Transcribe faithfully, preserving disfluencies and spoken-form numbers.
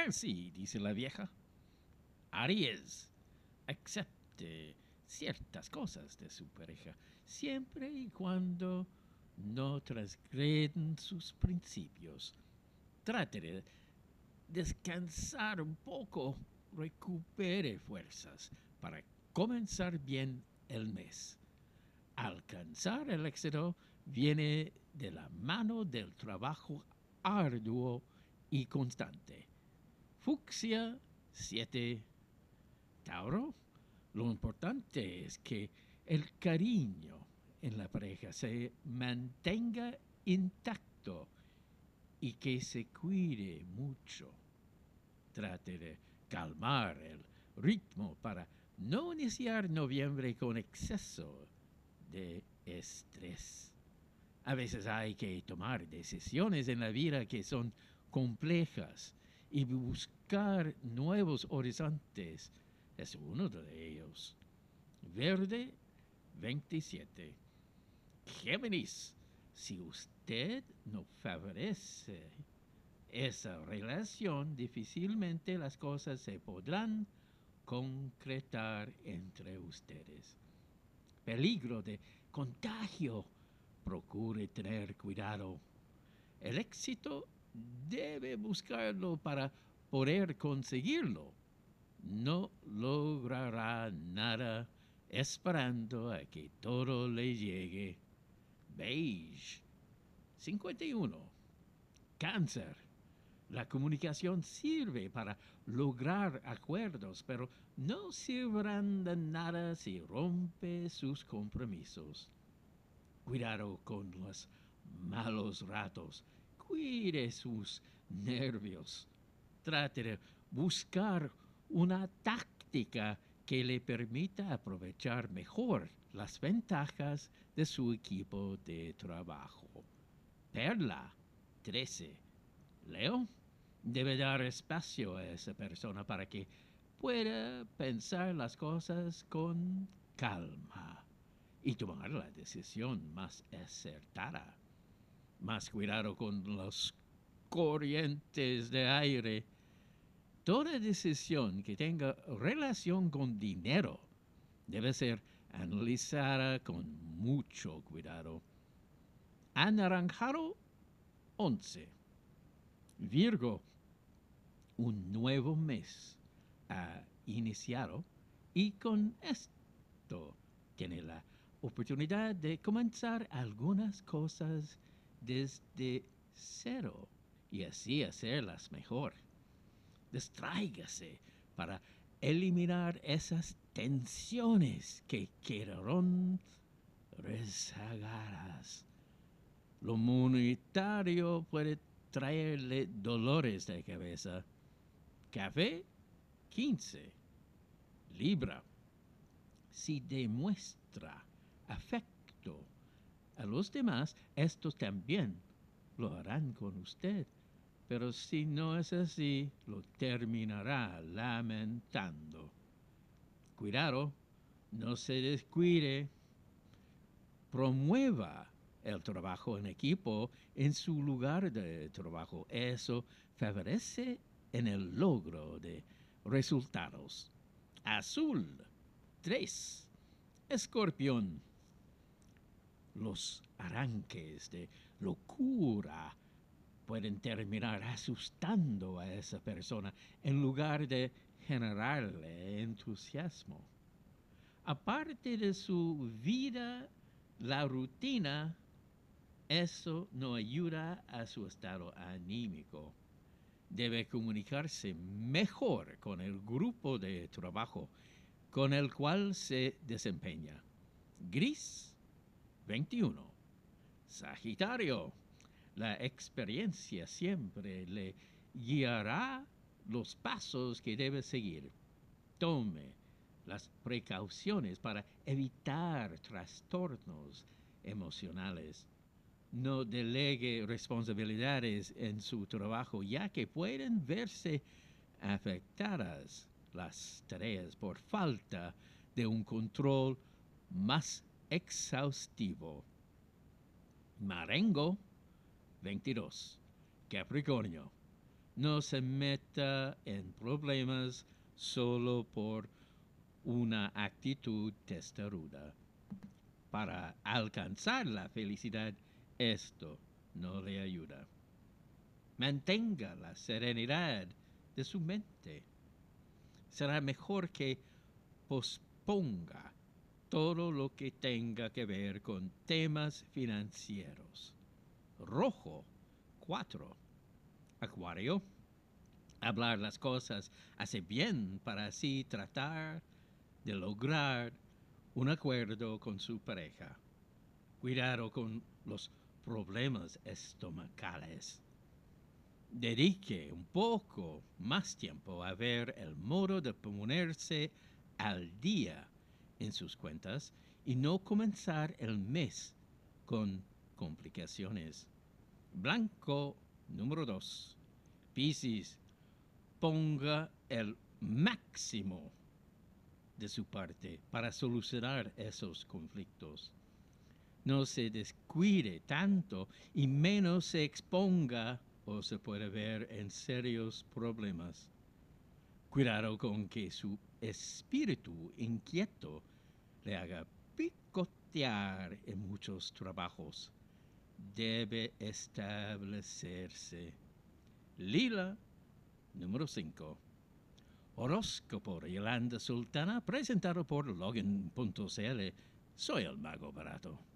Sí, dice la vieja. Aries acepte ciertas cosas de su pareja, siempre y cuando no transgreden sus principios. Trate de descansar un poco, recupere fuerzas para comenzar bien el mes. Alcanzar el éxito viene de la mano del trabajo arduo y constante. Fucsia siete. Tauro, lo importante es que el cariño en la pareja se mantenga intacto y que se cuide mucho. Trate de calmar el ritmo para no iniciar noviembre con exceso de estrés. A veces hay que tomar decisiones en la vida que son complejas y buscar nuevos horizontes es uno de ellos. Verde veintisiete. Géminis, si usted no favorece esa relación, difícilmente las cosas se podrán concretar entre ustedes. Peligro de contagio. Procure tener cuidado. El éxito debe buscarlo para poder conseguirlo. No logrará nada esperando a que todo le llegue. Beige. cincuenta y uno. Cáncer. La comunicación sirve para lograr acuerdos, pero no servirán de nada si rompe sus compromisos. Cuidado con los malos ratos. Cuide sus nervios. Trate de buscar una táctica que le permita aprovechar mejor las ventajas de su equipo de trabajo. Perla trece. Leo debe dar espacio a esa persona para que pueda pensar las cosas con calma y tomar la decisión más acertada. Más cuidado con los corrientes de aire. Toda decisión que tenga relación con dinero debe ser analizada con mucho cuidado. Anaranjado once. Virgo, un nuevo mes ha iniciado y con esto tiene la oportunidad de comenzar algunas cosas desde cero y así hacerlas mejor. Distráigase para eliminar esas tensiones que quedaron rezagadas. Lo monetario puede traerle dolores de cabeza. Café quince. Libra. Si demuestra afecto a los demás, estos también lo harán con usted. Pero si no es así, lo terminará lamentando. Cuidado, no se descuide. Promueva el trabajo en equipo en su lugar de trabajo. Eso favorece en el logro de resultados. Azul tres. Escorpión. Los arranques de locura pueden terminar asustando a esa persona en lugar de generarle entusiasmo. Aparte de su vida, la rutina, eso no ayuda a su estado anímico. Debe comunicarse mejor con el grupo de trabajo con el cual se desempeña. Gris veintiuno. Sagitario. La experiencia siempre le guiará los pasos que debe seguir. Tome las precauciones para evitar trastornos emocionales. No delegue responsabilidades en su trabajo, ya que pueden verse afectadas las tareas por falta de un control más exhaustivo. Marengo veintidós. Capricornio. No se meta en problemas solo por una actitud testaruda. Para alcanzar la felicidad, esto no le ayuda. Mantenga la serenidad de su mente. Será mejor que posponga todo lo que tenga que ver con temas financieros. Rojo, cuatro. Acuario, hablar las cosas hace bien para así tratar de lograr un acuerdo con su pareja. Cuidado con los problemas estomacales. Dedique un poco más tiempo a ver el modo de ponerse al día en sus cuentas y no comenzar el mes con complicaciones. Blanco número dos. Piscis, ponga el máximo de su parte para solucionar esos conflictos. No se descuide tanto y menos se exponga o se puede ver en serios problemas. Cuidado con que su espíritu inquieto le haga picotear en muchos trabajos. Debe establecerse. Lila, número cinco. Horóscopo de Yolanda Sultana, presentado por login punto c l. Soy el mago barato.